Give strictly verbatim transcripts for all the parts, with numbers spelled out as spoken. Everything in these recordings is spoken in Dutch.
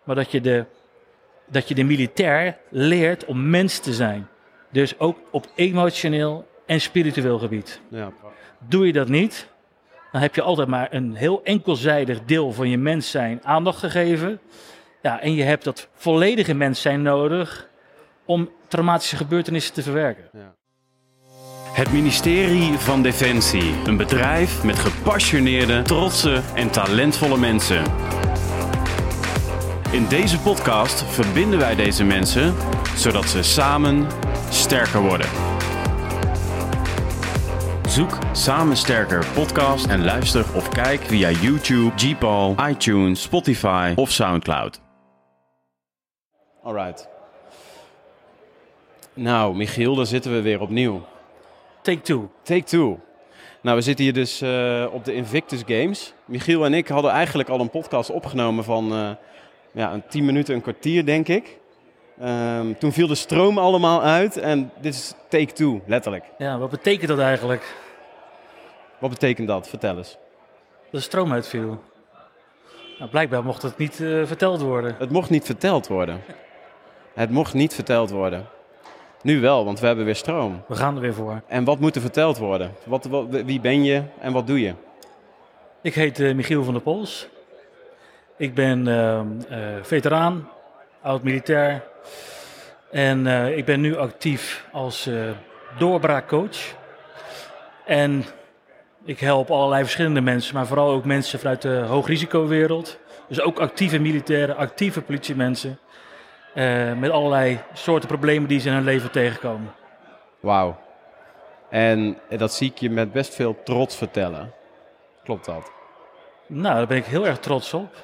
maar dat je de, dat je de militair leert om mens te zijn. Dus ook op emotioneel en spiritueel gebied. Ja. Doe je dat niet, dan heb je altijd maar een heel enkelzijdig deel van je mens zijn aandacht gegeven. Ja, en je hebt dat volledige mens zijn nodig om traumatische gebeurtenissen te verwerken. Ja. Het ministerie van Defensie. Een bedrijf met gepassioneerde, trotse en talentvolle mensen. In deze podcast verbinden wij deze mensen, zodat ze samen sterker worden. Zoek Samen Sterker podcast en luister of kijk via YouTube, Gpal, iTunes, Spotify of Soundcloud. Alright. Nou, Michiel, daar zitten we weer opnieuw. Take two. Take two. Nou, we zitten hier dus uh, op de Invictus Games. Michiel en ik hadden eigenlijk al een podcast opgenomen van uh, ja, een tien minuten, een kwartier, denk ik. Um, toen viel de stroom allemaal uit en dit is take two, letterlijk. Ja, wat betekent dat eigenlijk? Wat betekent dat? Vertel eens. Dat de stroom uitviel. Nou, blijkbaar mocht het niet uh, verteld worden. Het mocht niet verteld worden. Het mocht niet verteld worden. Nu wel, want we hebben weer stroom. We gaan er weer voor. En wat moet er verteld worden? Wat, wat, wie ben je en wat doe je? Ik heet uh, Michiel van der Pols. Ik ben uh, uh, veteraan, oud-militair. En uh, ik ben nu actief als uh, doorbraakcoach. En ik help allerlei verschillende mensen, maar vooral ook mensen vanuit de hoogrisicowereld. Dus ook actieve militairen, actieve politiemensen. Uh, met allerlei soorten problemen die ze in hun leven tegenkomen. Wauw. En dat zie ik je met best veel trots vertellen. Klopt dat? Nou, daar ben ik heel erg trots op.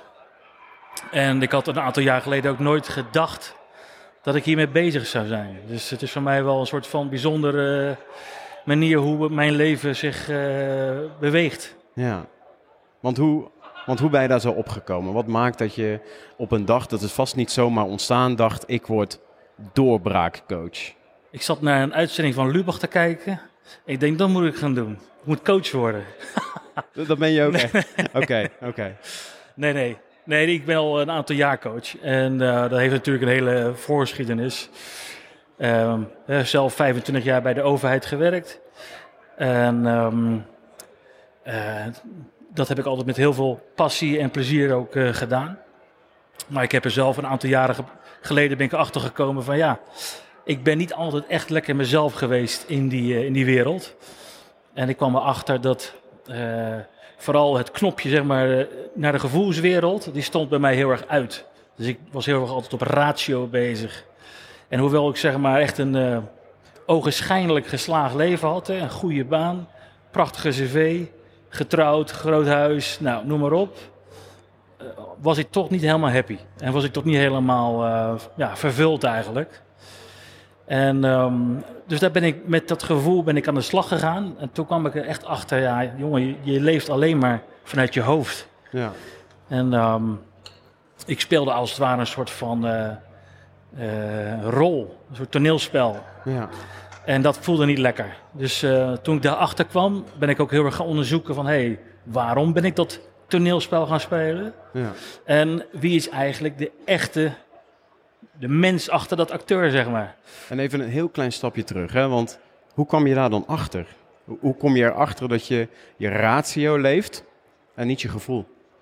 En ik had een aantal jaar geleden ook nooit gedacht dat ik hiermee bezig zou zijn. Dus het is voor mij wel een soort van bijzondere manier hoe mijn leven zich uh, beweegt. Ja, want hoe, want hoe ben je daar zo opgekomen? Wat maakt dat je op een dag, dat is vast niet zomaar ontstaan, dacht ik word doorbraakcoach? Ik zat naar een uitzending van Lubach te kijken. Ik denk, dat moet ik gaan doen. Ik moet coach worden. Dat ben je ook echt? Oké, oké. Okay. Nee, nee. Nee, ik ben al een aantal jaar coach. En uh, dat heeft natuurlijk een hele voorgeschiedenis. Uh, zelf vijfentwintig jaar bij de overheid gewerkt. En um, uh, dat heb ik altijd met heel veel passie en plezier ook uh, gedaan. Maar ik heb er zelf een aantal jaren ge- geleden ben ik erachter gekomen van ja, ik ben niet altijd echt lekker mezelf geweest in die, uh, in die wereld. En ik kwam erachter dat uh, vooral het knopje zeg maar uh, naar de gevoelswereld, die stond bij mij heel erg uit. Dus ik was heel erg altijd op ratio bezig. En hoewel ik zeg maar echt een uh, ogenschijnlijk geslaagd leven had, hè, een goede baan, prachtige cv, getrouwd, groot huis, nou noem maar op, uh, was ik toch niet helemaal happy. En was ik toch niet helemaal uh, ja, vervuld eigenlijk. En um, dus daar ben ik met dat gevoel ben ik aan de slag gegaan. En toen kwam ik er echt achter, ja jongen, je, je leeft alleen maar vanuit je hoofd. Ja. En um, ik speelde als het ware een soort van uh, uh, rol, een soort toneelspel. Ja. En dat voelde niet lekker. Dus uh, toen ik daarachter kwam, ben ik ook heel erg gaan onderzoeken van, hé, hey, waarom ben ik dat toneelspel gaan spelen? Ja. En wie is eigenlijk de echte, de mens achter dat acteur, zeg maar? En even een heel klein stapje terug, hè? Want hoe kwam je daar dan achter? Hoe, hoe kom je erachter dat je je ratio leeft en niet je gevoel?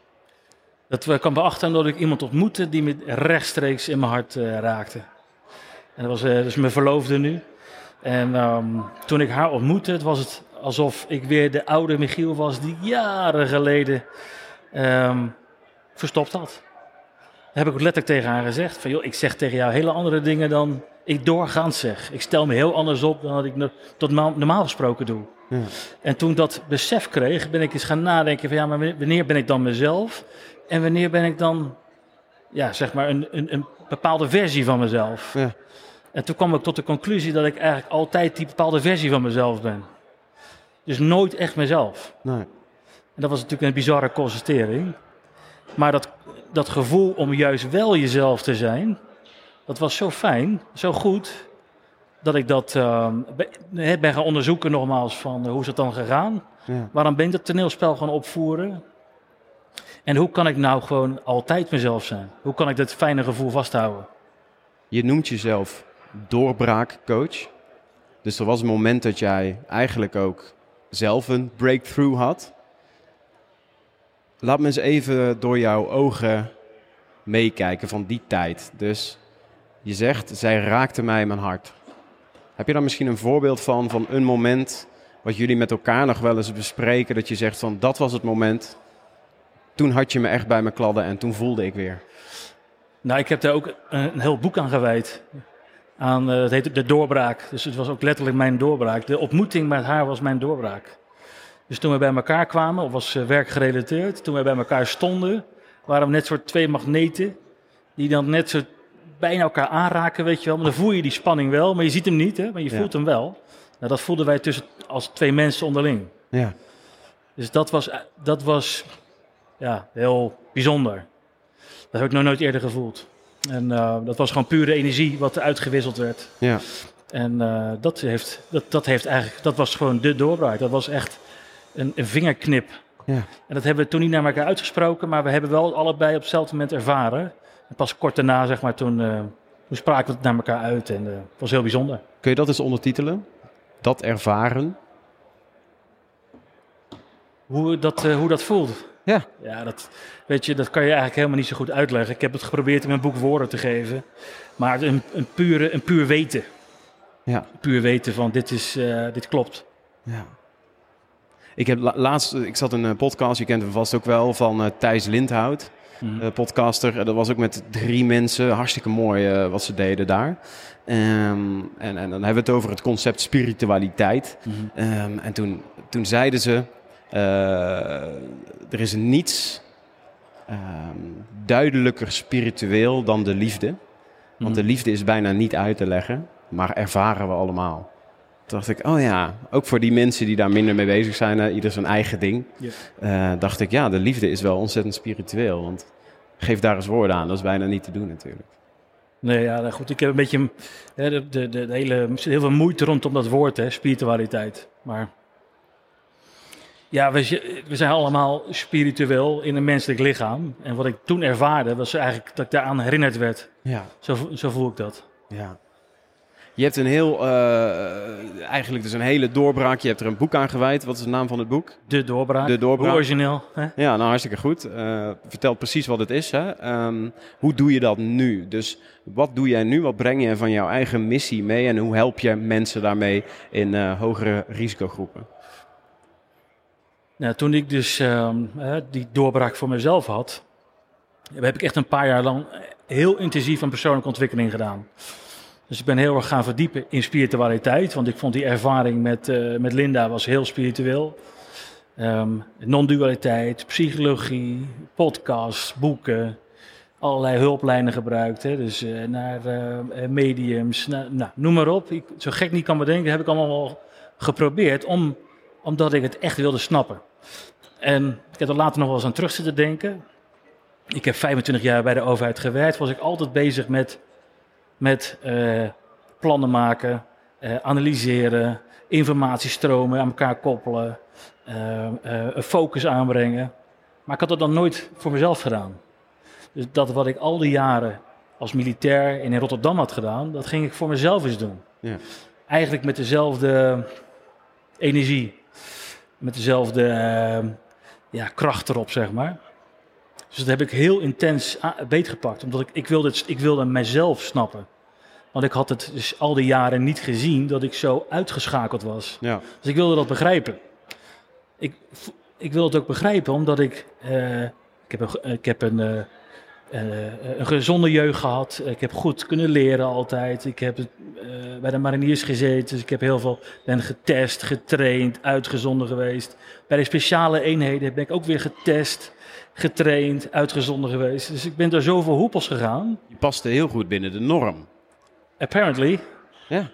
Dat kwam erachter omdat ik iemand ontmoette die me rechtstreeks in mijn hart uh, raakte. En dat was uh, dus mijn verloofde nu. En um, toen ik haar ontmoette, het was het alsof ik weer de oude Michiel was die jaren geleden um, verstopt had. Dat heb ik ook letterlijk tegen haar gezegd. Van, joh, ik zeg tegen jou hele andere dingen dan ik doorgaans zeg. Ik stel me heel anders op dan dat ik no- tot ma- normaal gesproken doe. Ja. En toen dat besef kreeg, ben ik eens gaan nadenken van ja, maar wanneer ben ik dan mezelf? En wanneer ben ik dan, ja, zeg maar een, een, een bepaalde versie van mezelf? Ja. En toen kwam ik tot de conclusie dat ik eigenlijk altijd die bepaalde versie van mezelf ben. Dus nooit echt mezelf. Nee. En dat was natuurlijk een bizarre constatering. Maar dat, dat gevoel om juist wel jezelf te zijn, dat was zo fijn, zo goed, dat ik dat uh, ben, ben gaan onderzoeken nogmaals van uh, hoe is het dan gegaan? Ja. Waarom ben ik dat toneelspel gaan opvoeren? En hoe kan ik nou gewoon altijd mezelf zijn? Hoe kan ik dat fijne gevoel vasthouden? Je noemt jezelf doorbraakcoach. Dus er was een moment dat jij eigenlijk ook zelf een breakthrough had. Laat me eens even door jouw ogen meekijken van die tijd. Dus je zegt, zij raakte mij in mijn hart. Heb je daar misschien een voorbeeld van, van een moment wat jullie met elkaar nog wel eens bespreken, dat je zegt van, dat was het moment, toen had je me echt bij me kladden en toen voelde ik weer. Nou, ik heb daar ook een, een heel boek aan gewijd. Aan, uh, het heet De Doorbraak. Dus het was ook letterlijk mijn doorbraak. De ontmoeting met haar was mijn doorbraak. Dus toen we bij elkaar kwamen, of was uh, werkgerelateerd, toen we bij elkaar stonden, waren we net soort twee magneten die dan net zo bijna elkaar aanraken, weet je wel. Maar dan voel je die spanning wel, maar je ziet hem niet, hè? Maar je voelt ja. hem wel. Nou, dat voelden wij tussen als twee mensen onderling. Ja. Dus dat was, dat was ja, heel bijzonder. Dat heb ik nog nooit eerder gevoeld. En uh, dat was gewoon pure energie wat er uitgewisseld werd. Ja. En uh, dat, heeft, dat, dat heeft eigenlijk, dat was gewoon de doorbraak. Dat was echt een, een vingerknip. Ja. En dat hebben we toen niet naar elkaar uitgesproken, maar we hebben wel allebei op hetzelfde moment ervaren. En pas kort daarna, zeg maar, toen, uh, toen spraken we het naar elkaar uit en uh, het was heel bijzonder. Kun je dat eens ondertitelen? Dat ervaren? Hoe dat, uh, hoe dat voelt? Ja. Ja, dat, weet je, dat kan je eigenlijk helemaal niet zo goed uitleggen. Ik heb het geprobeerd in mijn boek woorden te geven. Maar een, een, pure, een puur weten. Ja. Puur weten van dit, is, uh, dit klopt. Ja. Ik heb la- laatst, ik zat in een podcast, je kent hem vast ook wel, van uh, Thijs Lindhout. Mm-hmm. Uh, podcaster. Dat was ook met drie mensen. Hartstikke mooi uh, wat ze deden daar. Um, en, en dan hebben we het over het concept spiritualiteit. Mm-hmm. Um, en toen, toen zeiden ze, uh, er is niets um, duidelijker spiritueel dan de liefde. Want mm-hmm. de liefde is bijna niet uit te leggen, maar ervaren we allemaal. Toen dacht ik, oh ja, ook voor die mensen die daar minder mee bezig zijn, uh, ieder zijn eigen ding. Yep. Uh, dacht ik, ja, de liefde is wel ontzettend spiritueel. Want geef daar eens woorden aan, dat is bijna niet te doen natuurlijk. Nee, ja, goed, ik heb een beetje hè, de, de, de hele, heel veel moeite rondom dat woord, hè, spiritualiteit. Maar ja, we, we zijn allemaal spiritueel in een menselijk lichaam. En wat ik toen ervaarde, was eigenlijk dat ik daaraan herinnerd werd. Ja. Zo, zo voel ik dat. Ja. Je hebt een heel, uh, eigenlijk dus een hele doorbraak. Je hebt er een boek aan gewijd. Wat is de naam van het boek? De Doorbraak. De Doorbraak. Hoe origineel. Hè? Ja, nou hartstikke goed. Uh, vertel precies wat het is. Hè? Um, hoe doe je dat nu? Dus wat doe jij nu? Wat breng je van jouw eigen missie mee? En hoe help je mensen daarmee in uh, hogere risicogroepen? Nou, toen ik dus uh, die doorbraak voor mezelf had, heb ik echt een paar jaar lang heel intensief aan persoonlijke ontwikkeling gedaan. Dus ik ben heel erg gaan verdiepen in spiritualiteit, want ik vond die ervaring met, uh, met Linda was heel spiritueel. Um, non-dualiteit, psychologie, podcasts, boeken, allerlei hulplijnen gebruikt. Hè? Dus uh, naar uh, mediums, naar, nou, noem maar op. Ik, zo gek niet kan bedenken, heb ik allemaal wel geprobeerd, om, omdat ik het echt wilde snappen. En ik heb er later nog wel eens aan terug zitten denken. Ik heb vijfentwintig jaar bij de overheid gewerkt, was ik altijd bezig met... Met uh, plannen maken, uh, analyseren, informatiestromen aan elkaar koppelen, uh, uh, een focus aanbrengen. Maar ik had dat dan nooit voor mezelf gedaan. Dus dat wat ik al die jaren als militair en in Rotterdam had gedaan, dat ging ik voor mezelf eens doen. Ja. Eigenlijk met dezelfde energie, met dezelfde uh, ja, kracht erop, zeg maar. Dus dat heb ik heel intens beetgepakt, omdat ik, ik, wilde het, ik wilde mezelf snappen. Want ik had het dus al die jaren niet gezien dat ik zo uitgeschakeld was. Ja. Dus ik wilde dat begrijpen. Ik, ik wilde het ook begrijpen, omdat ik... Uh, ik heb een, ik heb een, uh, uh, een gezonde jeugd gehad. Ik heb goed kunnen leren altijd. Ik heb uh, bij de mariniers gezeten. Dus ik heb heel veel ben getest, getraind, uitgezonden geweest. Bij de speciale eenheden ben ik ook weer getest... getraind, uitgezonden geweest. Dus ik ben door zoveel hoepels gegaan. Je paste heel goed binnen de norm. Apparently. Ja.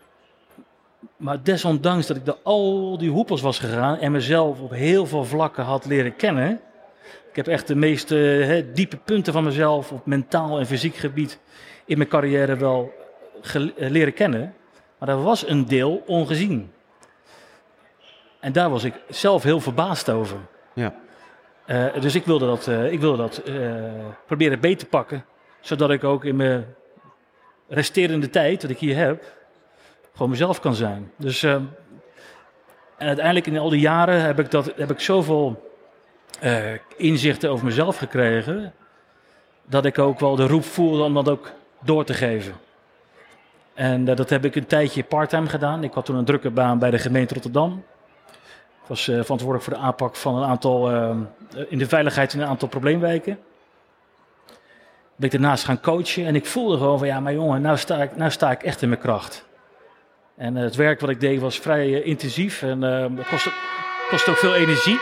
Maar desondanks dat ik door al die hoepels was gegaan... en mezelf op heel veel vlakken had leren kennen... Ik heb echt de meest uh, diepe punten van mezelf... op mentaal en fysiek gebied... in mijn carrière wel ge- leren kennen. Maar er was een deel ongezien. En daar was ik zelf heel verbaasd over. Ja. Uh, dus ik wilde dat, uh, ik wilde dat uh, proberen beter te pakken. Zodat ik ook in mijn resterende tijd, dat ik hier heb, gewoon mezelf kan zijn. Dus, uh, en uiteindelijk in al die jaren heb ik, dat, heb ik zoveel uh, inzichten over mezelf gekregen, dat ik ook wel de roep voelde om dat ook door te geven. En uh, dat heb ik een tijdje parttime gedaan. Ik had toen een drukke baan bij de gemeente Rotterdam. Ik was uh, verantwoordelijk voor de aanpak van een aantal, uh, in de veiligheid in een aantal probleemwijken. Ben ik daarnaast gaan coachen en ik voelde gewoon van ja, maar jongen, nou sta ik, nou sta ik echt in mijn kracht. En uh, het werk wat ik deed was vrij uh, intensief en uh, het kostte, kostte ook veel energie.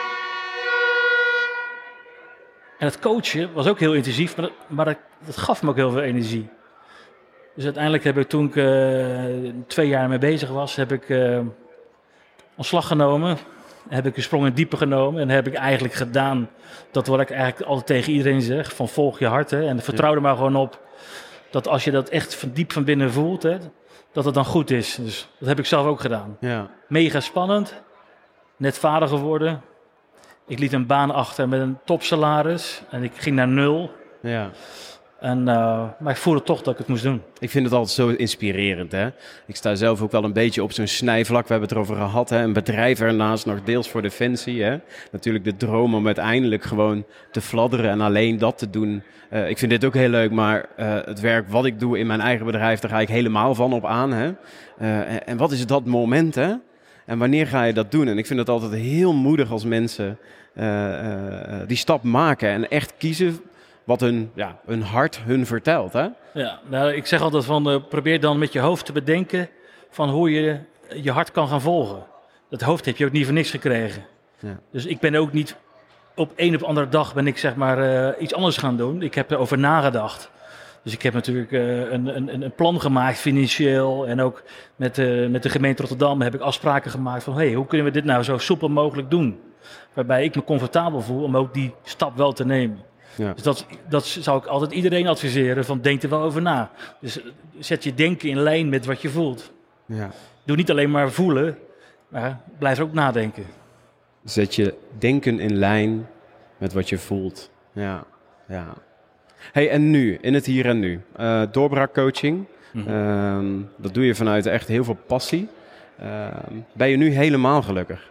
En het coachen was ook heel intensief, maar, dat, maar dat, dat gaf me ook heel veel energie. Dus uiteindelijk heb ik, toen ik uh, twee jaar mee bezig was, heb ik uh, ontslag genomen. Heb ik een sprong in het diepe genomen en heb ik eigenlijk gedaan dat wat ik eigenlijk altijd tegen iedereen zeg, van volg je hart. Hè, en vertrouw er maar gewoon op dat als je dat echt van diep van binnen voelt, hè, dat het dan goed is. Dus dat heb ik zelf ook gedaan. Ja. Mega spannend, net vader geworden. Ik liet een baan achter met een topsalaris en ik ging naar nul. Ja. En, uh, maar ik voelde toch dat ik het moest doen. Ik vind het altijd zo inspirerend. Hè? Ik sta zelf ook wel een beetje op zo'n snijvlak. We hebben het erover gehad. Hè? Een bedrijf ernaast, nog deels voor Defensie. Hè? Natuurlijk de droom om uiteindelijk gewoon te fladderen en alleen dat te doen. Uh, ik vind dit ook heel leuk, maar uh, het werk wat ik doe in mijn eigen bedrijf, daar ga ik helemaal van op aan. Hè? Uh, en, en wat is dat moment, hè? En wanneer ga je dat doen? En ik vind het altijd heel moedig als mensen uh, uh, die stap maken en echt kiezen wat hun, ja, hun hart hun vertelt, hè? Ja, nou, ik zeg altijd van, uh, probeer dan met je hoofd te bedenken van hoe je je hart kan gaan volgen. Dat hoofd heb je ook niet voor niks gekregen. Ja. Dus ik ben ook niet op een of andere dag ben ik zeg maar uh, iets anders gaan doen. Ik heb erover nagedacht. Dus ik heb natuurlijk uh, een, een, een plan gemaakt financieel en ook met, uh, met de gemeente Rotterdam heb ik afspraken gemaakt van hey, hoe kunnen we dit nou zo soepel mogelijk doen? Waarbij ik me comfortabel voel om ook die stap wel te nemen. Ja. Dus dat, dat zou ik altijd iedereen adviseren, van denk er wel over na. Dus zet je denken in lijn met wat je voelt. Ja. Doe niet alleen maar voelen, maar blijf ook nadenken. Zet je denken in lijn met wat je voelt. Ja, ja. Hey, en nu, in het hier en nu. Uh, doorbraakcoaching, mm-hmm. uh, dat doe je vanuit echt heel veel passie. Uh, ben je nu helemaal gelukkig?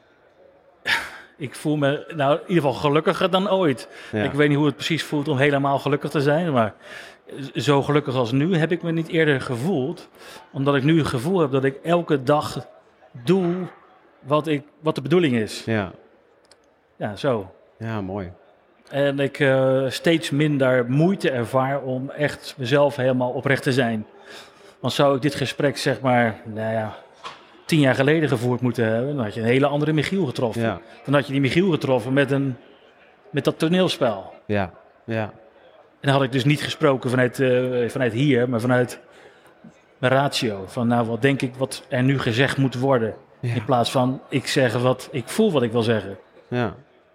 Ik voel me nou in ieder geval gelukkiger dan ooit. Ja. Ik weet niet hoe het precies voelt om helemaal gelukkig te zijn, maar zo gelukkig als nu heb ik me niet eerder gevoeld. Omdat ik nu het gevoel heb dat ik elke dag doe wat, ik, wat de bedoeling is. Ja. Ja, zo. Ja, mooi. En ik uh, steeds minder moeite ervaar om echt mezelf helemaal oprecht te zijn. Want zou ik dit gesprek zeg maar, nou ja, tien jaar geleden gevoerd moeten hebben, dan had je een hele andere Michiel getroffen. Ja. Dan had je die Michiel getroffen met, een, met dat toneelspel. Ja, ja. En dan had ik dus niet gesproken vanuit, uh, vanuit hier, maar vanuit mijn ratio. Van nou, wat denk ik wat er nu gezegd moet worden. Ja. In plaats van ik zeg wat ik voel wat ik wil zeggen. Ja.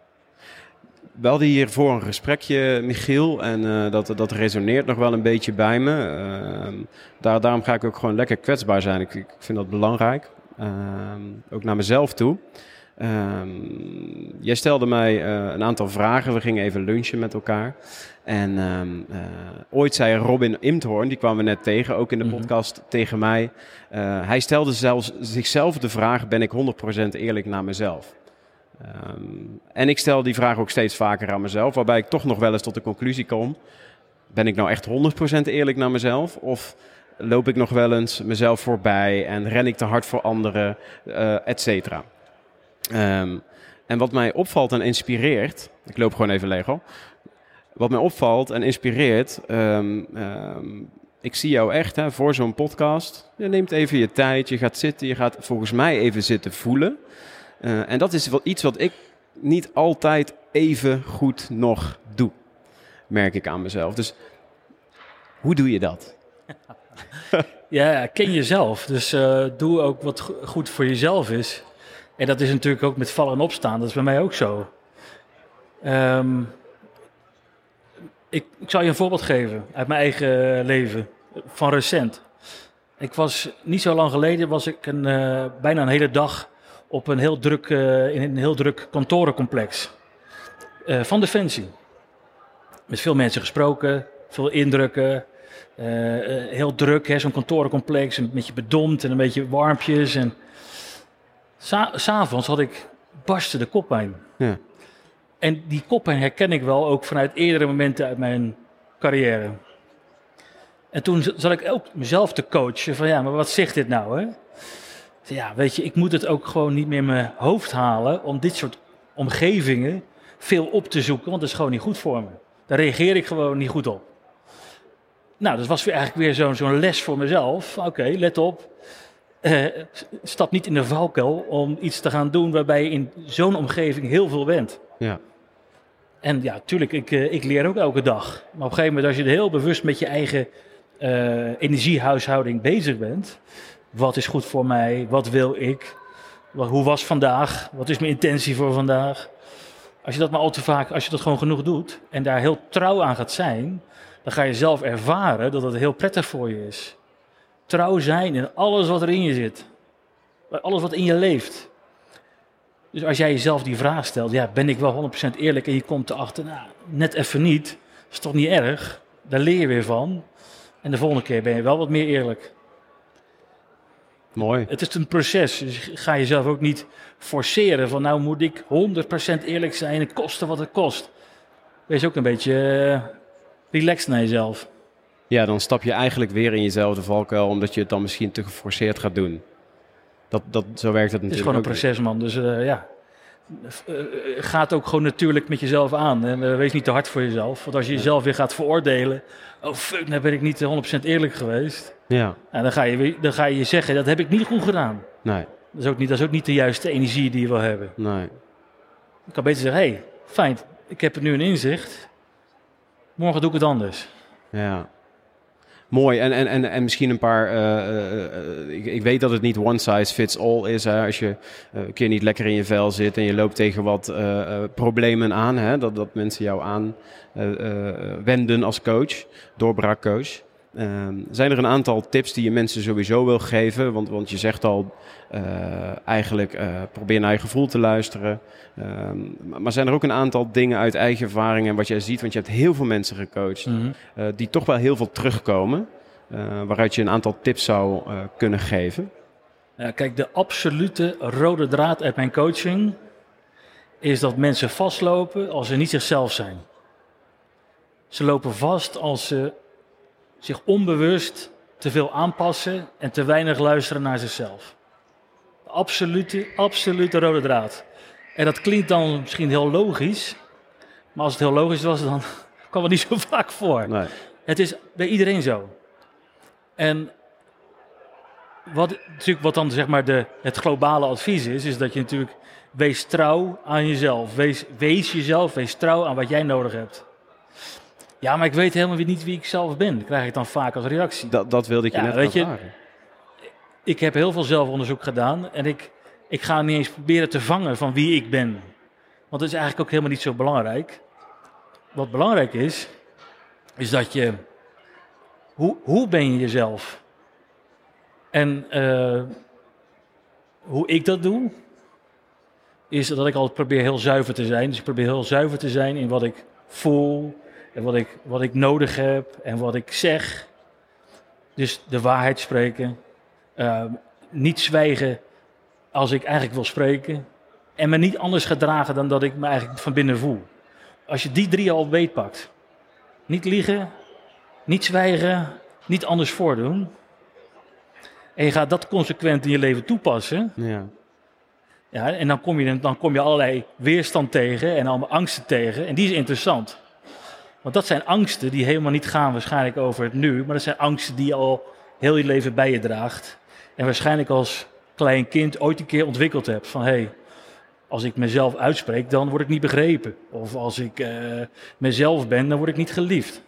We hadden hiervoor een gesprekje, Michiel, en uh, dat, dat resoneert nog wel een beetje bij me. Uh, daar, daarom ga ik ook gewoon lekker kwetsbaar zijn. Ik, ik vind dat belangrijk. Uh, ook naar mezelf toe. Uh, jij stelde mij uh, een aantal vragen. We gingen even lunchen met elkaar. En uh, uh, ooit zei Robin Imthoorn, die kwamen we net tegen, ook in de mm-hmm. podcast tegen mij. Uh, hij stelde zelfs zichzelf de vraag, ben ik honderd procent eerlijk naar mezelf? Um, en ik stel die vraag ook steeds vaker aan mezelf, waarbij ik toch nog wel eens tot de conclusie kom. Ben ik nou echt honderd procent eerlijk naar mezelf? Of loop ik nog wel eens mezelf voorbij en ren ik te hard voor anderen, uh, et cetera. Um, en wat mij opvalt en inspireert, ik loop gewoon even leeg hoor. Wat mij opvalt en inspireert, um, um, ik zie jou echt hè, voor zo'n podcast. Je neemt even je tijd, je gaat zitten, je gaat volgens mij even zitten voelen. Uh, en dat is wel iets wat ik niet altijd even goed nog doe, merk ik aan mezelf. Dus hoe doe je dat? Ja, ken jezelf. Dus uh, doe ook wat go- goed voor jezelf is. En dat is natuurlijk ook met vallen en opstaan. Dat is bij mij ook zo. Um, ik, ik zal je een voorbeeld geven uit mijn eigen leven, van recent. Ik was niet zo lang geleden, was ik een, uh, bijna een hele dag op een heel druk, uh, in een heel druk kantorencomplex. uh, van Defensie. Met veel mensen gesproken, veel indrukken. Uh, uh, heel druk, hè, zo'n kantorencomplex, een beetje bedompt en een beetje warmpjes. En Sa- 'S'avonds had ik barsten de koppijn. Ja. En die koppijn herken ik wel ook vanuit eerdere momenten uit mijn carrière. En toen zat ik ook mezelf te coachen van ja, maar wat zegt dit nou, hè? Ja, weet je, ik moet het ook gewoon niet meer in mijn hoofd halen om dit soort omgevingen veel op te zoeken, want dat is gewoon niet goed voor me. Daar reageer ik gewoon niet goed op. Nou, dat was weer eigenlijk weer zo'n, zo'n les voor mezelf. Oké, okay, let op. Uh, stap niet in de valkuil om iets te gaan doen waarbij je in zo'n omgeving heel veel bent. Ja. En ja, tuurlijk, ik, uh, ik leer ook elke dag. Maar op een gegeven moment, als je er heel bewust met je eigen uh, energiehuishouding bezig bent. Wat is goed voor mij? Wat wil ik? Wat, hoe was vandaag? Wat is mijn intentie voor vandaag? Als je dat maar al te vaak, als je dat gewoon genoeg doet en daar heel trouw aan gaat zijn, dan ga je zelf ervaren dat het heel prettig voor je is. Trouw zijn in alles wat er in je zit. Alles wat in je leeft. Dus als jij jezelf die vraag stelt, ja, ben ik wel honderd procent eerlijk en je komt erachter, nou, net even niet, is toch niet erg? Daar leer je weer van. En de volgende keer ben je wel wat meer eerlijk. Mooi. Het is een proces, dus ga jezelf ook niet forceren van nou moet ik honderd procent eerlijk zijn, het koste wat het kost. Wees ook een beetje uh, relaxed naar jezelf. Ja, dan stap je eigenlijk weer in jezelf de valkuil, omdat je het dan misschien te geforceerd gaat doen. Dat, dat, zo werkt het natuurlijk. Het is gewoon een proces, man. Dus uh, ja, uh, ga het ook gewoon natuurlijk met jezelf aan. En uh, wees niet te hard voor jezelf. Want als je jezelf weer gaat veroordelen, oh fuck, nou ben ik niet honderd procent eerlijk geweest. Ja. En dan ga je, dan ga je zeggen, dat heb ik niet goed gedaan. Nee. Dat is ook niet, dat is ook niet de juiste energie die je wil hebben. Nee. Ik kan beter zeggen, hé, hey, fijn, ik heb het nu een inzicht. Morgen doe ik het anders. Ja. Mooi. En, en, en, en misschien een paar... Uh, uh, ik, ik weet dat het niet one size fits all is. Hè? Als je uh, een keer niet lekker in je vel zit en je loopt tegen wat uh, uh, problemen aan. Hè? Dat, dat mensen jou aanwenden uh, uh, als coach, doorbraakcoach. Uh, zijn er een aantal tips die je mensen sowieso wil geven? Want, want je zegt al, uh, eigenlijk uh, probeer naar je gevoel te luisteren. Uh, maar zijn er ook een aantal dingen uit eigen ervaring en wat jij ziet? Want je hebt heel veel mensen gecoacht mm-hmm. uh, die toch wel heel veel terugkomen. Uh, waaruit je een aantal tips zou uh, kunnen geven. Ja, kijk, de absolute rode draad uit mijn coaching is dat mensen vastlopen als ze niet zichzelf zijn. Ze lopen vast als ze zich onbewust te veel aanpassen en te weinig luisteren naar zichzelf. Absolute, absolute rode draad. En dat klinkt dan misschien heel logisch, maar als het heel logisch was, dan kwam het niet zo vaak voor. Nee. Het is bij iedereen zo. En wat, natuurlijk wat dan zeg maar de, het globale advies is, is dat je natuurlijk wees trouw aan jezelf. Wees, wees jezelf, wees trouw aan wat jij nodig hebt. Ja, maar ik weet helemaal niet wie ik zelf ben. Dat krijg ik dan vaak als reactie. Dat, dat wilde ik je ja, net weet je, vragen. Ik heb heel veel zelfonderzoek gedaan en ik, ik ga niet eens proberen te vangen van wie ik ben. Want dat is eigenlijk ook helemaal niet zo belangrijk. Wat belangrijk is, is dat je... Hoe, hoe ben je jezelf? En uh, hoe ik dat doe, is dat ik altijd probeer heel zuiver te zijn. Dus ik probeer heel zuiver te zijn in wat ik voel en wat ik, wat ik nodig heb en wat ik zeg. Dus de waarheid spreken. Uh, niet zwijgen als ik eigenlijk wil spreken. En me niet anders gedragen dan dat ik me eigenlijk van binnen voel. Als je die drie al beetpakt. Niet liegen, niet zwijgen, niet anders voordoen. En je gaat dat consequent in je leven toepassen. Ja. Ja, en dan kom, je, dan kom je allerlei weerstand tegen en allemaal angsten tegen. En die is interessant. Want dat zijn angsten die helemaal niet gaan waarschijnlijk over het nu. Maar dat zijn angsten die je al heel je leven bij je draagt. En waarschijnlijk als klein kind ooit een keer ontwikkeld hebt. Van hé, hey, als ik mezelf uitspreek, dan word ik niet begrepen. Of als ik uh, mezelf ben, dan word ik niet geliefd.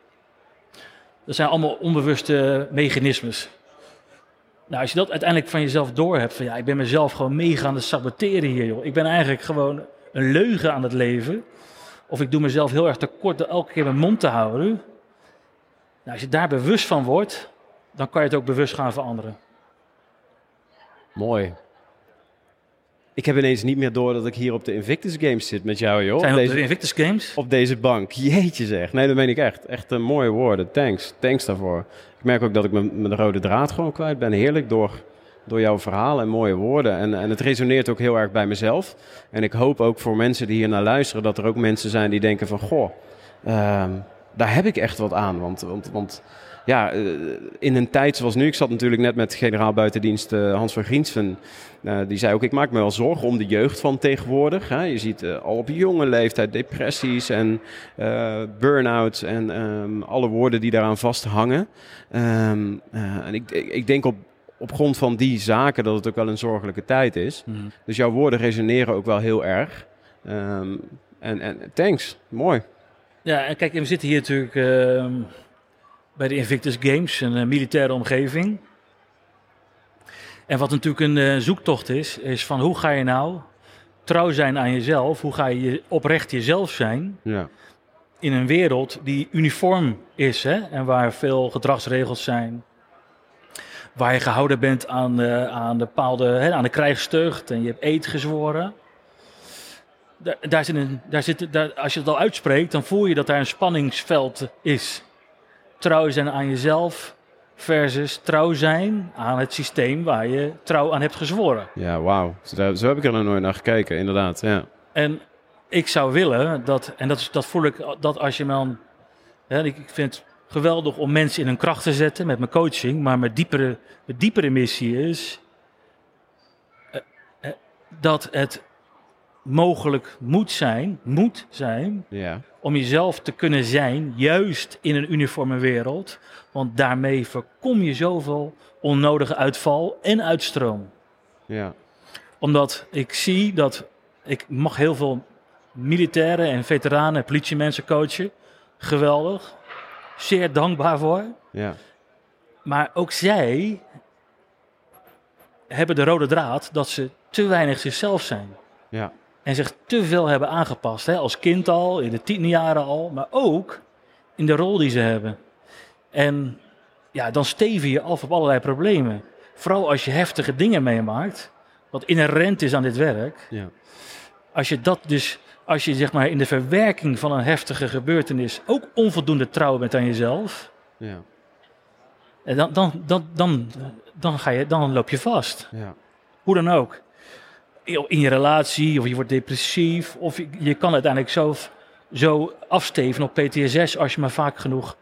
Dat zijn allemaal onbewuste mechanismes. Nou, als je dat uiteindelijk van jezelf doorhebt, van ja, ik ben mezelf gewoon mega aan het saboteren hier, joh. Ik ben eigenlijk gewoon een leugen aan het leven. Of ik doe mezelf heel erg tekort door elke keer mijn mond te houden. Nou, als je daar bewust van wordt, dan kan je het ook bewust gaan veranderen. Mooi. Ik heb ineens niet meer door dat ik hier op de Invictus Games zit met jou, joh. Zijn we op op deze, de Invictus Games? op deze bank. Jeetje zeg. Nee, dat meen ik echt. Echt uh, mooie woorden. Thanks. Thanks daarvoor. Ik merk ook dat ik mijn, mijn rode draad gewoon kwijt ben. Heerlijk door, door jouw verhaal en mooie woorden. En, en het resoneert ook heel erg bij mezelf. En ik hoop ook voor mensen die hier naar luisteren... dat er ook mensen zijn die denken van... goh, uh, daar heb ik echt wat aan. Want... want, want ja, in een tijd zoals nu, ik zat natuurlijk net met generaal buitendienst uh, Hans van Griensven. Uh, die zei ook, ik maak me wel zorgen om de jeugd van tegenwoordig. Hè. Je ziet uh, al op jonge leeftijd depressies en uh, burn-outs en um, alle woorden die daaraan vasthangen. Um, uh, en ik, ik denk op, op grond van die zaken dat het ook wel een zorgelijke tijd is. Mm. Dus jouw woorden resoneren ook wel heel erg. Um, en, en thanks, mooi. Ja, en kijk, we zitten hier natuurlijk... Uh... bij de Invictus Games, een uh, militaire omgeving. En wat natuurlijk een uh, zoektocht is, is van hoe ga je nou trouw zijn aan jezelf? Hoe ga je oprecht jezelf zijn? Ja. In een wereld die uniform is, hè? En waar veel gedragsregels zijn. Waar je gehouden bent aan, uh, aan, de, bepaalde, hè, aan de krijgstucht en je hebt eed gezworen. Daar, daar zit een, daar zit, daar, als je het al uitspreekt, dan voel je dat daar een spanningsveld is. Trouw zijn aan jezelf versus trouw zijn aan het systeem waar je trouw aan hebt gezworen. Ja, wauw. Zo, zo heb ik er nog nooit naar gekeken, inderdaad. Ja. En ik zou willen dat, en dat, is, dat voel ik, dat als je dan... Hè, ik vind het geweldig om mensen in hun kracht te zetten met mijn coaching, maar mijn diepere, mijn diepere missie is uh, uh, dat het mogelijk moet zijn, moet zijn... Ja. Om jezelf te kunnen zijn, juist in een uniforme wereld. Want daarmee voorkom je zoveel onnodige uitval en uitstroom. Ja. Omdat ik zie dat... Ik mag heel veel militairen en veteranen en politiemensen coachen. Geweldig. Zeer dankbaar voor. Ja. Maar ook zij hebben de rode draad dat ze te weinig zichzelf zijn. Ja. En zich te veel hebben aangepast. Hè? Als kind al, in de tienerjaren al. Maar ook in de rol die ze hebben. En ja, dan steven je af op allerlei problemen. Vooral als je heftige dingen meemaakt. Wat inherent is aan dit werk. Ja. Als je dat dus, als je zeg maar in de verwerking van een heftige gebeurtenis ook onvoldoende trouw bent aan jezelf. Ja. En dan, dan, dan, dan, dan, ga je, dan loop je vast. Ja. Hoe dan ook. In je relatie, of je wordt depressief, of je, je kan uiteindelijk zo, zo afsteven op P T S S als je maar vaak genoeg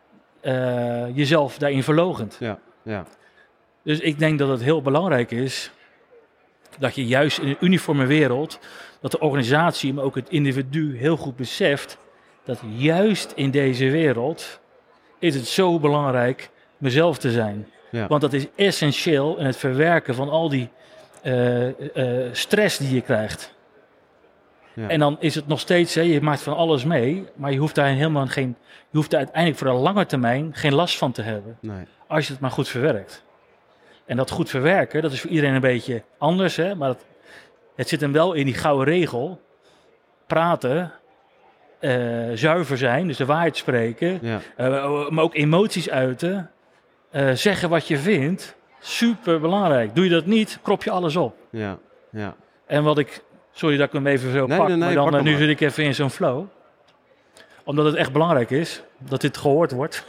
uh, jezelf daarin verloochent. Ja, ja. Dus ik denk dat het heel belangrijk is dat je juist in een uniforme wereld, dat de organisatie, maar ook het individu heel goed beseft dat juist in deze wereld is het zo belangrijk mezelf te zijn. Ja. Want dat is essentieel in het verwerken van al die Uh, uh, stress die je krijgt. Ja. En dan is het nog steeds, hè, je maakt van alles mee, maar je hoeft daar helemaal geen, je hoeft daar uiteindelijk voor de lange termijn geen last van te hebben. Nee. Als je het maar goed verwerkt. En dat goed verwerken, dat is voor iedereen een beetje anders, hè, maar dat, het zit hem wel in die gouden regel. Praten, uh, zuiver zijn, dus de waarheid spreken, Ja. uh, maar ook emoties uiten, uh, zeggen wat je vindt. Super belangrijk. Doe je dat niet, krop je alles op. Ja, ja. En wat ik... Sorry dat ik hem even zo nee, pak, nee, nee, maar dan, pak hem nu maar. zit ik even in zo'n flow. Omdat het echt belangrijk is, dat dit gehoord wordt.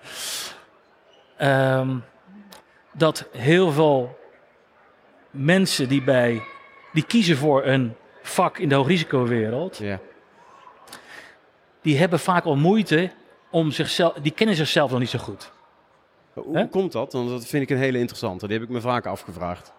um, dat heel veel mensen die bij... die kiezen voor een vak in de hoogrisicowereld... Ja. die hebben vaak al moeite om zichzelf... die kennen zichzelf nog niet zo goed. Hoe He? komt dat? Want dat vind ik een hele interessante. Die heb ik me vaak afgevraagd.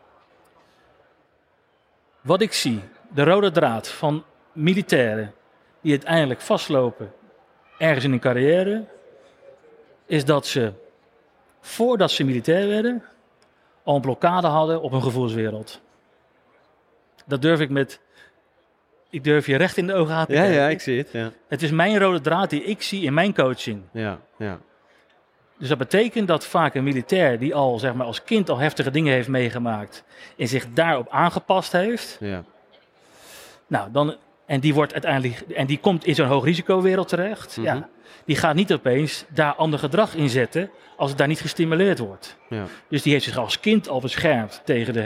Wat ik zie, de rode draad van militairen die uiteindelijk vastlopen ergens in hun carrière, is dat ze, voordat ze militair werden, al een blokkade hadden op hun gevoelswereld. Dat durf ik met... Ik durf je recht in de ogen aan te Ja, kijken. ja, ik zie het. Ja, Het is mijn rode draad die ik zie in mijn coaching. ja, ja. Dus dat betekent dat vaak een militair die al zeg maar, als kind al heftige dingen heeft meegemaakt en zich daarop aangepast heeft, ja. nou, dan, en die wordt uiteindelijk en die komt in zo'n hoogrisicowereld terecht, Mm-hmm. ja, die gaat niet opeens daar ander gedrag in zetten als het daar niet gestimuleerd wordt. Ja. Dus die heeft zich als kind al beschermd tegen de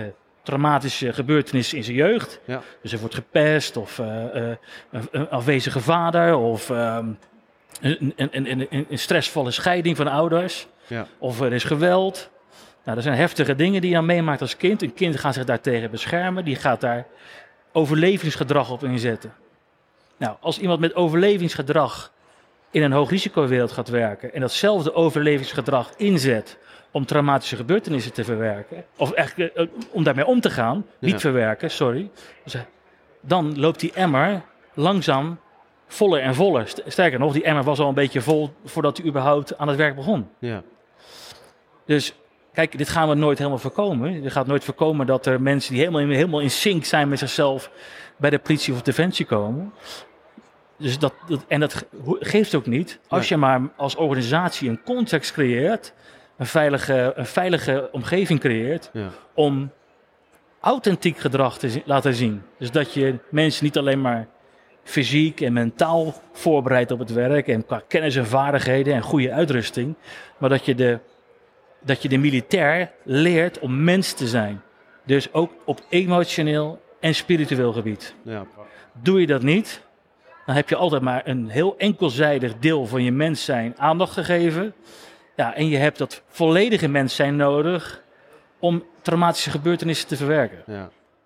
traumatische gebeurtenissen in zijn jeugd. Ja. Dus hij wordt gepest of uh, uh, een, een afwezige vader of uh, een, een, een, een, een stressvolle scheiding van ouders. Ja. Of er is geweld. Nou, dat zijn heftige dingen die je dan meemaakt als kind. Een kind gaat zich daartegen beschermen. Die gaat daar overlevingsgedrag op inzetten. Nou, als iemand met overlevingsgedrag in een hoogrisicowereld gaat werken en datzelfde overlevingsgedrag inzet om traumatische gebeurtenissen te verwerken, of eigenlijk uh, om daarmee om te gaan, niet Ja. verwerken, sorry, dus, uh, dan loopt die emmer langzaam voller en voller. St- Sterker nog, die emmer was al een beetje vol voordat hij überhaupt aan het werk begon. Ja. Dus kijk, dit gaan we nooit helemaal voorkomen. Je gaat nooit voorkomen dat er mensen die helemaal in, helemaal in sync zijn met zichzelf bij de politie of defensie komen. Dus dat, dat, en dat ge- geeft ook niet als je maar als organisatie een context creëert, een veilige, een veilige omgeving creëert Ja. om authentiek gedrag te zi- laten zien. Dus dat je mensen niet alleen maar fysiek en mentaal voorbereidt op het werk en qua kennis en vaardigheden en goede uitrusting, maar dat je de, dat je de militair leert om mens te zijn. Dus ook op emotioneel en spiritueel gebied. Ja. Doe je dat niet, dan heb je altijd maar een heel enkelzijdig deel van je mens zijn aandacht gegeven. Ja, en je hebt dat volledige mens zijn nodig om traumatische gebeurtenissen te verwerken. Ja,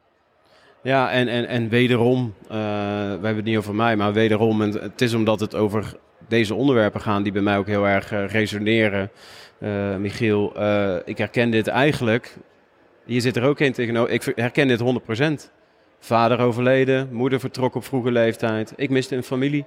ja en, en, en wederom, uh, we hebben het niet over mij, maar wederom, en het is omdat het over deze onderwerpen gaan die bij mij ook heel erg uh, resoneren. Uh, Michiel, uh, ik herken dit eigenlijk, hier zit er ook een tegenover, ik herken dit honderd procent. Vader overleden, moeder vertrok op vroege leeftijd, ik miste een familie.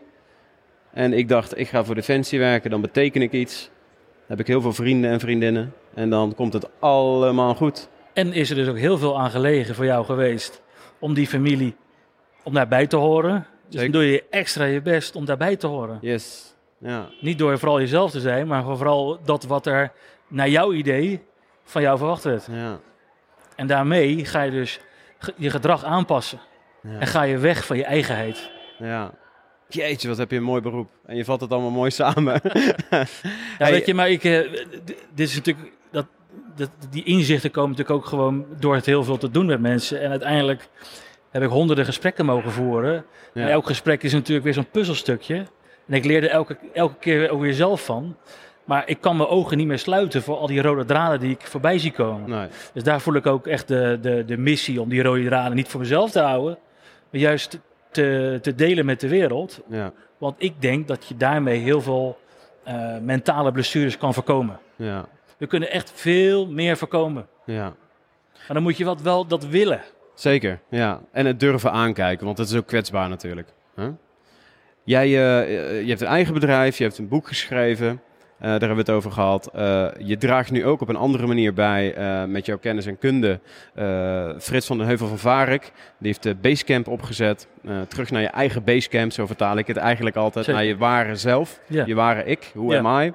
En ik dacht, ik ga voor Defensie werken, dan beteken ik iets. Dan heb ik heel veel vrienden en vriendinnen en dan komt het allemaal goed. En is er dus ook heel veel aan gelegen voor jou geweest om die familie, om daarbij te horen. Dus Zeker. dan doe je extra je best om daarbij te horen. Yes, ja. Niet door vooral jezelf te zijn, maar vooral dat wat er naar jouw idee van jou verwacht werd. Ja. En daarmee ga je dus ge- je gedrag aanpassen. Ja. En ga je weg van je eigenheid. Ja. Jeetje, wat heb je een mooi beroep. En je vat het allemaal mooi samen. Ja, Hey, weet je, maar ik, eh, d- dit is natuurlijk, dat, dat, die inzichten komen natuurlijk ook gewoon door het heel veel te doen met mensen. En uiteindelijk heb ik honderden gesprekken mogen voeren. Ja. En elk gesprek is natuurlijk weer zo'n puzzelstukje. En ik leerde elke, elke keer ook weer zelf van. Maar ik kan mijn ogen niet meer sluiten voor al die rode draden die ik voorbij zie komen. Nee. Dus daar voel ik ook echt de, de, de missie om die rode draden niet voor mezelf te houden. Maar juist te, te delen met de wereld. Ja. Want ik denk dat je daarmee heel veel uh, mentale blessures kan voorkomen. Ja. We kunnen echt veel meer voorkomen. Ja. Maar dan moet je wat wel dat willen. Zeker, ja. En het durven aankijken, want het is ook kwetsbaar natuurlijk. Huh? Jij uh, je hebt een eigen bedrijf, je hebt een boek geschreven. Uh, daar hebben we het over gehad. Uh, je draagt nu ook op een andere manier bij uh, met jouw kennis en kunde. Uh, Frits van den Heuvel van Varek, die heeft de Basecamp opgezet. Uh, terug naar je eigen Basecamp, zo vertaal ik het eigenlijk altijd. Zeker. Naar je ware zelf, Ja. je ware ik, who Ja. am I?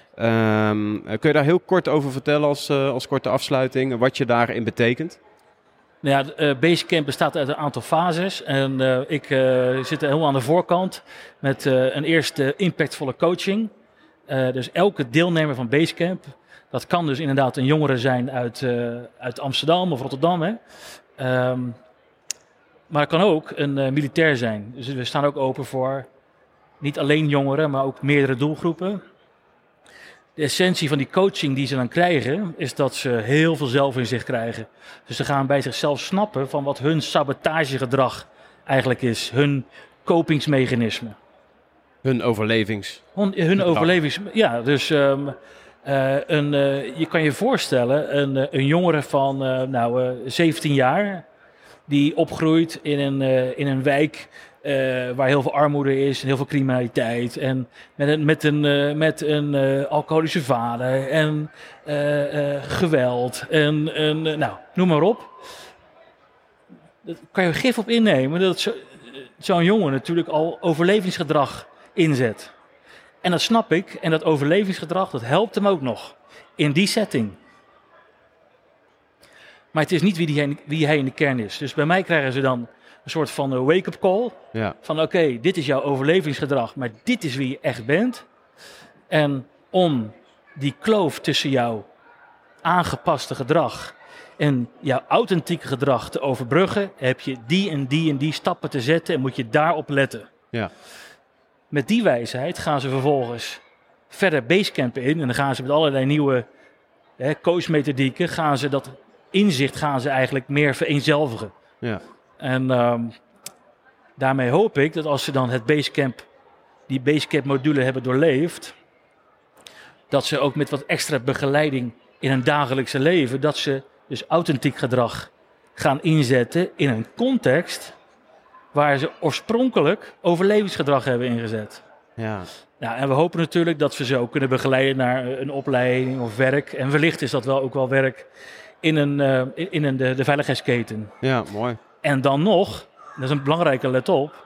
Um, uh, kun je daar heel kort over vertellen als, uh, als korte afsluiting, wat je daarin betekent? Nou ja, uh, Basecamp bestaat uit een aantal fases. En uh, ik uh, zit helemaal aan de voorkant met uh, een eerste impactvolle coaching. Uh, dus elke deelnemer van Basecamp, dat kan dus inderdaad een jongere zijn uit, uh, uit Amsterdam of Rotterdam. Hè? Um, maar het kan ook een uh, militair zijn. Dus we staan ook open voor niet alleen jongeren, maar ook meerdere doelgroepen. De essentie van die coaching die ze dan krijgen, is dat ze heel veel zelfinzicht krijgen. Dus ze gaan bij zichzelf snappen van wat hun sabotagegedrag eigenlijk is. Hun kopingsmechanisme. Hun overlevings. Hun, hun overlevings... Ja, dus um, uh, een, uh, je kan je voorstellen, een, uh, een jongere van uh, nou, uh, zeventien jaar... die opgroeit in een, uh, in een wijk uh, waar heel veel armoede is en heel veel criminaliteit. En met een, met een, uh, met een uh, alcoholische vader en uh, uh, geweld en, en uh, nou, noem maar op. Daar kan je gif op innemen dat zo, zo'n jongen natuurlijk al overlevingsgedrag inzet. En dat snap ik. En dat overlevingsgedrag, dat helpt hem ook nog. In die setting. Maar het is niet wie, die, wie hij in de kern is. Dus bij mij krijgen ze dan een soort van uh, wake-up call. Ja. Van oké, okay, dit is jouw overlevingsgedrag. Maar dit is wie je echt bent. En om die kloof tussen jouw aangepaste gedrag En jouw authentieke gedrag te overbruggen, heb je die en die en die stappen te zetten en moet je daarop letten. Ja. Met die wijsheid gaan ze vervolgens verder Basecamp in en dan gaan ze met allerlei nieuwe hè, coachmethodieken, gaan ze dat inzicht gaan ze eigenlijk meer vereenzelvigen. Ja. En um, daarmee hoop ik dat als ze dan het Basecamp, die Basecamp module hebben doorleefd, dat ze ook met wat extra begeleiding in hun dagelijkse leven, dat ze dus authentiek gedrag gaan inzetten in een context waar ze oorspronkelijk overlevingsgedrag hebben ingezet. Ja. Nou, en we hopen natuurlijk dat we ze ook kunnen begeleiden naar een opleiding of werk. En wellicht is dat wel ook wel werk in, een, uh, in, in een, de, de veiligheidsketen. Ja, mooi. En dan nog, dat is een belangrijke let op,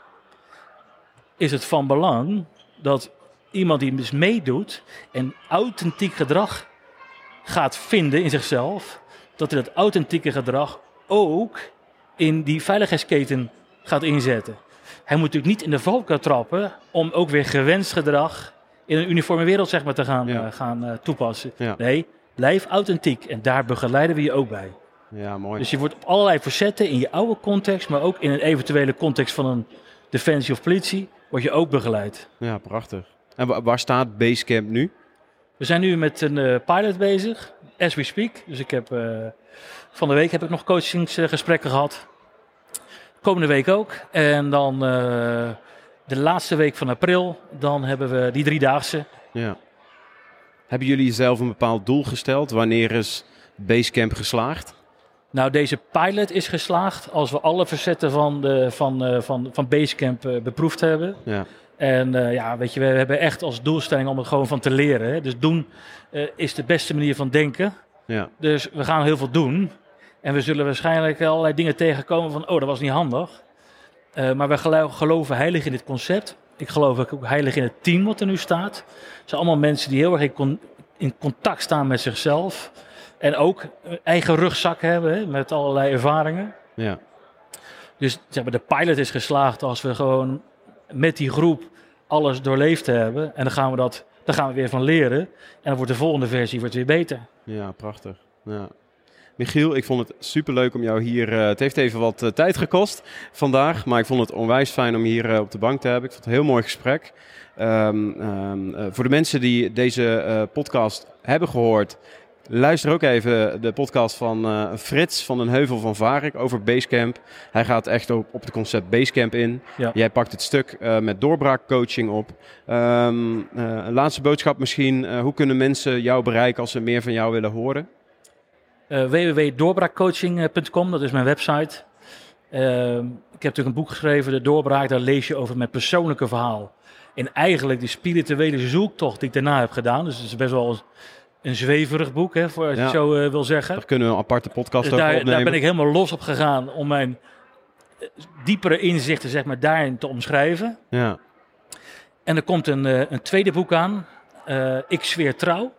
is het van belang dat iemand die dus meedoet en authentiek gedrag gaat vinden in zichzelf, dat hij dat authentieke gedrag ook in die veiligheidsketen gaat inzetten. Hij moet natuurlijk niet in de valkuil trappen om ook weer gewenst gedrag in een uniforme wereld zeg maar, te gaan, Ja. uh, gaan uh, toepassen. Ja. Nee, blijf authentiek en daar begeleiden we je ook bij. Ja, mooi. Dus je wordt op allerlei facetten in je oude context, maar ook in een eventuele context van een defensie of politie, word je ook begeleid. Ja, prachtig. En wa- waar staat Basecamp nu? We zijn nu met een uh, pilot bezig, as we speak. Dus ik heb uh, van de week heb ik nog coachingsgesprekken gehad. Komende week ook. En dan uh, de laatste week van april, dan hebben we die driedaagse. Ja. Hebben jullie zelf een bepaald doel gesteld? Wanneer is Basecamp geslaagd? Nou, deze pilot is geslaagd als we alle facetten van, de, van, uh, van, van Basecamp uh, beproefd hebben. Ja. En uh, ja, weet je, we hebben echt als doelstelling om er gewoon van te leren. Hè? Dus doen uh, is de beste manier van denken. Ja. Dus we gaan heel veel doen. En we zullen waarschijnlijk allerlei dingen tegenkomen van, oh, dat was niet handig. Uh, maar we gelo- geloven heilig in dit concept. Ik geloof ook heilig in het team wat er nu staat. Het zijn allemaal mensen die heel erg in, con- in contact staan met zichzelf. En ook een eigen rugzak hebben hè, met allerlei ervaringen. Ja. Dus zeg maar, de pilot is geslaagd als we gewoon met die groep alles doorleefd hebben. En dan gaan we, dat, dan gaan we weer van leren. En dan wordt de volgende versie wordt weer beter. Ja, prachtig. Ja. Michiel, ik vond het superleuk om jou hier... Uh, het heeft even wat uh, tijd gekost vandaag, maar ik vond het onwijs fijn om hier uh, op de bank te hebben. Ik vond het een heel mooi gesprek. Um, um, uh, voor de mensen die deze uh, podcast hebben gehoord, luister ook even de podcast van uh, Frits van den Heuvel van Varik over Basecamp. Hij gaat echt op, op het concept Basecamp in. Ja. Jij pakt het stuk uh, met doorbraakcoaching op. Um, uh, een laatste boodschap misschien. Uh, hoe kunnen mensen jou bereiken als ze meer van jou willen horen? Uh, w w w punt doorbraakcoaching punt com, dat is mijn website. Uh, ik heb natuurlijk een boek geschreven, De Doorbraak. Daar lees je over mijn persoonlijke verhaal. En eigenlijk die spirituele zoektocht die ik daarna heb gedaan. Dus het is best wel een zweverig boek, hè, voor als je Ja. het zo uh, wil zeggen. Daar kunnen we een aparte podcast Dus over daar, opnemen. daar ben ik helemaal los op gegaan om mijn uh, diepere inzichten zeg maar, daarin te omschrijven. Ja, En er komt een, uh, een tweede boek aan, uh, Ik zweer trouw.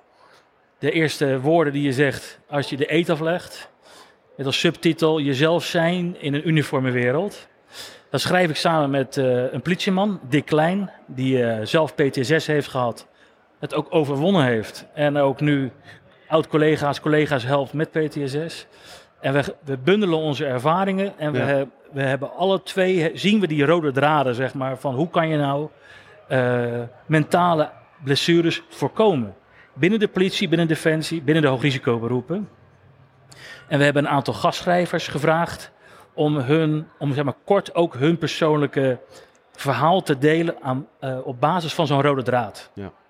De eerste woorden die je zegt als je de eed aflegt. Met als subtitel Jezelf zijn in een uniforme wereld. Dat schrijf ik samen met uh, een politieman, Dick Klein, die uh, zelf P T S S heeft gehad. Het ook overwonnen heeft. En ook nu oud-collega's, collega's helpt met P T S S. En we, we bundelen onze ervaringen. En we, Ja. he, we hebben alle twee, zien we die rode draden, zeg maar. Van hoe kan je nou uh, mentale blessures voorkomen? Binnen de politie, binnen Defensie, binnen de hoogrisicoberoepen. En we hebben een aantal gastschrijvers gevraagd om, hun, om zeg maar, kort ook hun persoonlijke verhaal te delen aan, uh, op basis van zo'n rode draad.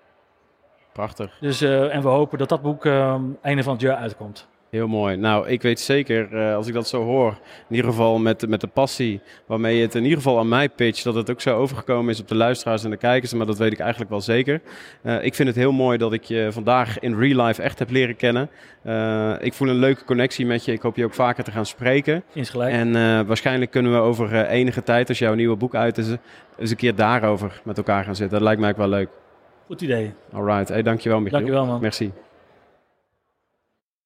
prachtig. Dus, uh, en we hopen dat dat boek uh, einde van het jaar uitkomt. Heel mooi. Nou, ik weet zeker, uh, als ik dat zo hoor, in ieder geval met, met de passie waarmee je het in ieder geval aan mij pitcht, dat het ook zo overgekomen is op de luisteraars en de kijkers, maar dat weet ik eigenlijk wel zeker. Uh, ik vind het heel mooi dat ik je vandaag in real life echt heb leren kennen. Uh, ik voel een leuke connectie met je. Ik hoop je ook vaker te gaan spreken. Insgelijk. En uh, waarschijnlijk kunnen we over uh, enige tijd, als jouw nieuwe boek uit is, eens een keer daarover met elkaar gaan zitten. Dat lijkt mij ook wel leuk. Goed idee. Alright. Hey, dankjewel Michiel. Dankjewel man. Merci.